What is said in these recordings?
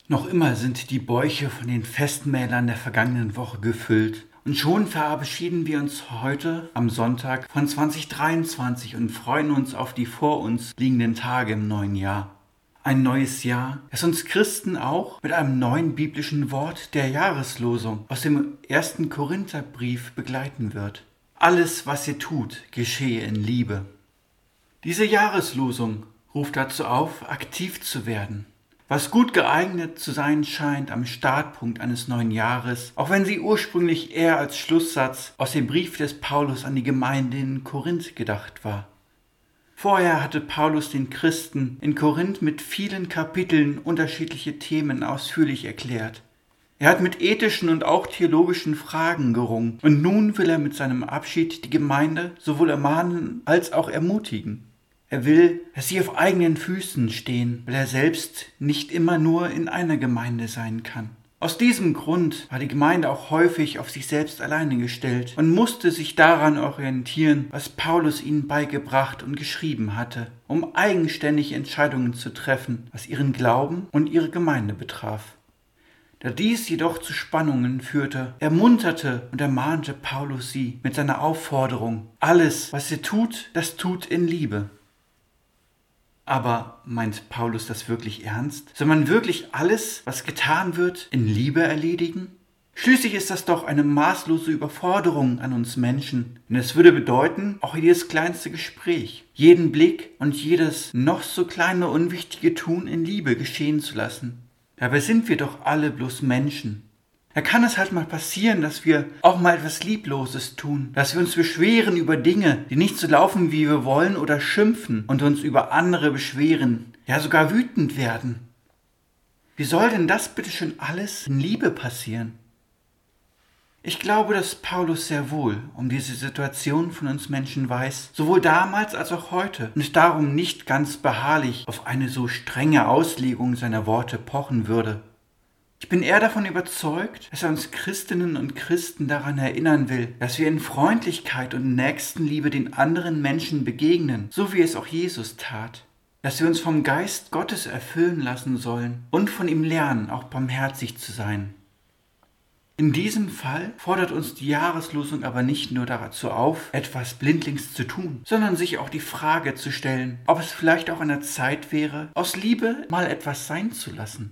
Noch immer sind die Bäuche von den Festmählern der vergangenen Woche gefüllt. Und schon verabschieden wir uns heute am Sonntag von 2023 und freuen uns auf die vor uns liegenden Tage im neuen Jahr. Ein neues Jahr, das uns Christen auch mit einem neuen biblischen Wort der Jahreslosung aus dem 1. Korintherbrief begleiten wird. Alles, was ihr tut, geschehe in Liebe. Diese Jahreslosung ruft dazu auf, aktiv zu werden. Was gut geeignet zu sein scheint am Startpunkt eines neuen Jahres, auch wenn sie ursprünglich eher als Schlusssatz aus dem Brief des Paulus an die Gemeinde in Korinth gedacht war. Vorher hatte Paulus den Christen in Korinth mit vielen Kapiteln unterschiedliche Themen ausführlich erklärt. Er hat mit ethischen und auch theologischen Fragen gerungen und nun will er mit seinem Abschied die Gemeinde sowohl ermahnen als auch ermutigen. Er will, dass sie auf eigenen Füßen stehen, weil er selbst nicht immer nur in einer Gemeinde sein kann. Aus diesem Grund war die Gemeinde auch häufig auf sich selbst alleine gestellt und musste sich daran orientieren, was Paulus ihnen beigebracht und geschrieben hatte, um eigenständig Entscheidungen zu treffen, was ihren Glauben und ihre Gemeinde betraf. Da dies jedoch zu Spannungen führte, ermunterte und ermahnte Paulus sie mit seiner Aufforderung: Alles, was ihr tut, das tut in Liebe. Aber meint Paulus das wirklich ernst? Soll man wirklich alles, was getan wird, in Liebe erledigen? Schließlich ist das doch eine maßlose Überforderung an uns Menschen. Denn es würde bedeuten, auch jedes kleinste Gespräch, jeden Blick und jedes noch so kleine unwichtige Tun in Liebe geschehen zu lassen. Dabei sind wir doch alle bloß Menschen. Da kann es halt mal passieren, dass wir auch mal etwas Liebloses tun, dass wir uns beschweren über Dinge, die nicht so laufen, wie wir wollen, oder schimpfen und uns über andere beschweren, ja sogar wütend werden. Wie soll denn das bitte schön alles in Liebe passieren? Ich glaube, dass Paulus sehr wohl um diese Situation von uns Menschen weiß, sowohl damals als auch heute, und darum nicht ganz beharrlich auf eine so strenge Auslegung seiner Worte pochen würde. Ich bin eher davon überzeugt, dass er uns Christinnen und Christen daran erinnern will, dass wir in Freundlichkeit und Nächstenliebe den anderen Menschen begegnen, so wie es auch Jesus tat. Dass wir uns vom Geist Gottes erfüllen lassen sollen und von ihm lernen, auch barmherzig zu sein. In diesem Fall fordert uns die Jahreslosung aber nicht nur dazu auf, etwas blindlings zu tun, sondern sich auch die Frage zu stellen, ob es vielleicht auch an der Zeit wäre, aus Liebe mal etwas sein zu lassen.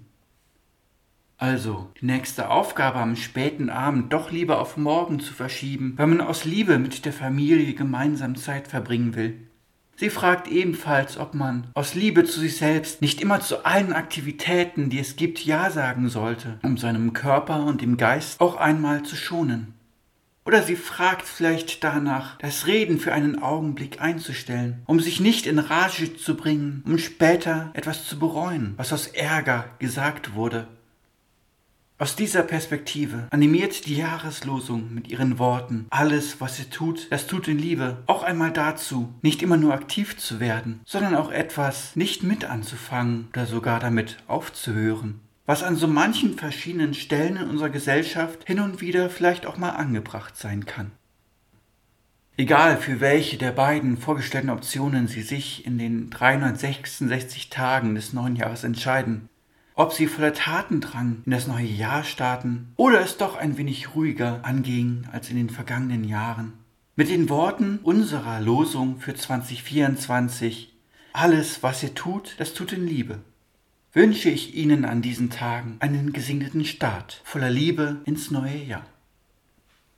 Also, die nächste Aufgabe am späten Abend doch lieber auf morgen zu verschieben, weil man aus Liebe mit der Familie gemeinsam Zeit verbringen will. Sie fragt ebenfalls, ob man aus Liebe zu sich selbst nicht immer zu allen Aktivitäten, die es gibt, Ja sagen sollte, um seinem Körper und dem Geist auch einmal zu schonen. Oder sie fragt vielleicht danach, das Reden für einen Augenblick einzustellen, um sich nicht in Rage zu bringen, um später etwas zu bereuen, was aus Ärger gesagt wurde. Aus dieser Perspektive animiert die Jahreslosung mit ihren Worten: Alles, was ihr tut, das tut in Liebe, auch einmal dazu, nicht immer nur aktiv zu werden, sondern auch etwas nicht mit anzufangen oder sogar damit aufzuhören, was an so manchen verschiedenen Stellen in unserer Gesellschaft hin und wieder vielleicht auch mal angebracht sein kann. Egal für welche der beiden vorgestellten Optionen Sie sich in den 366 Tagen des neuen Jahres entscheiden, ob Sie voller Tatendrang in das neue Jahr starten oder es doch ein wenig ruhiger anging als in den vergangenen Jahren. Mit den Worten unserer Losung für 2024: Alles, was ihr tut, das tut in Liebe, wünsche ich Ihnen an diesen Tagen einen gesegneten Start voller Liebe ins neue Jahr.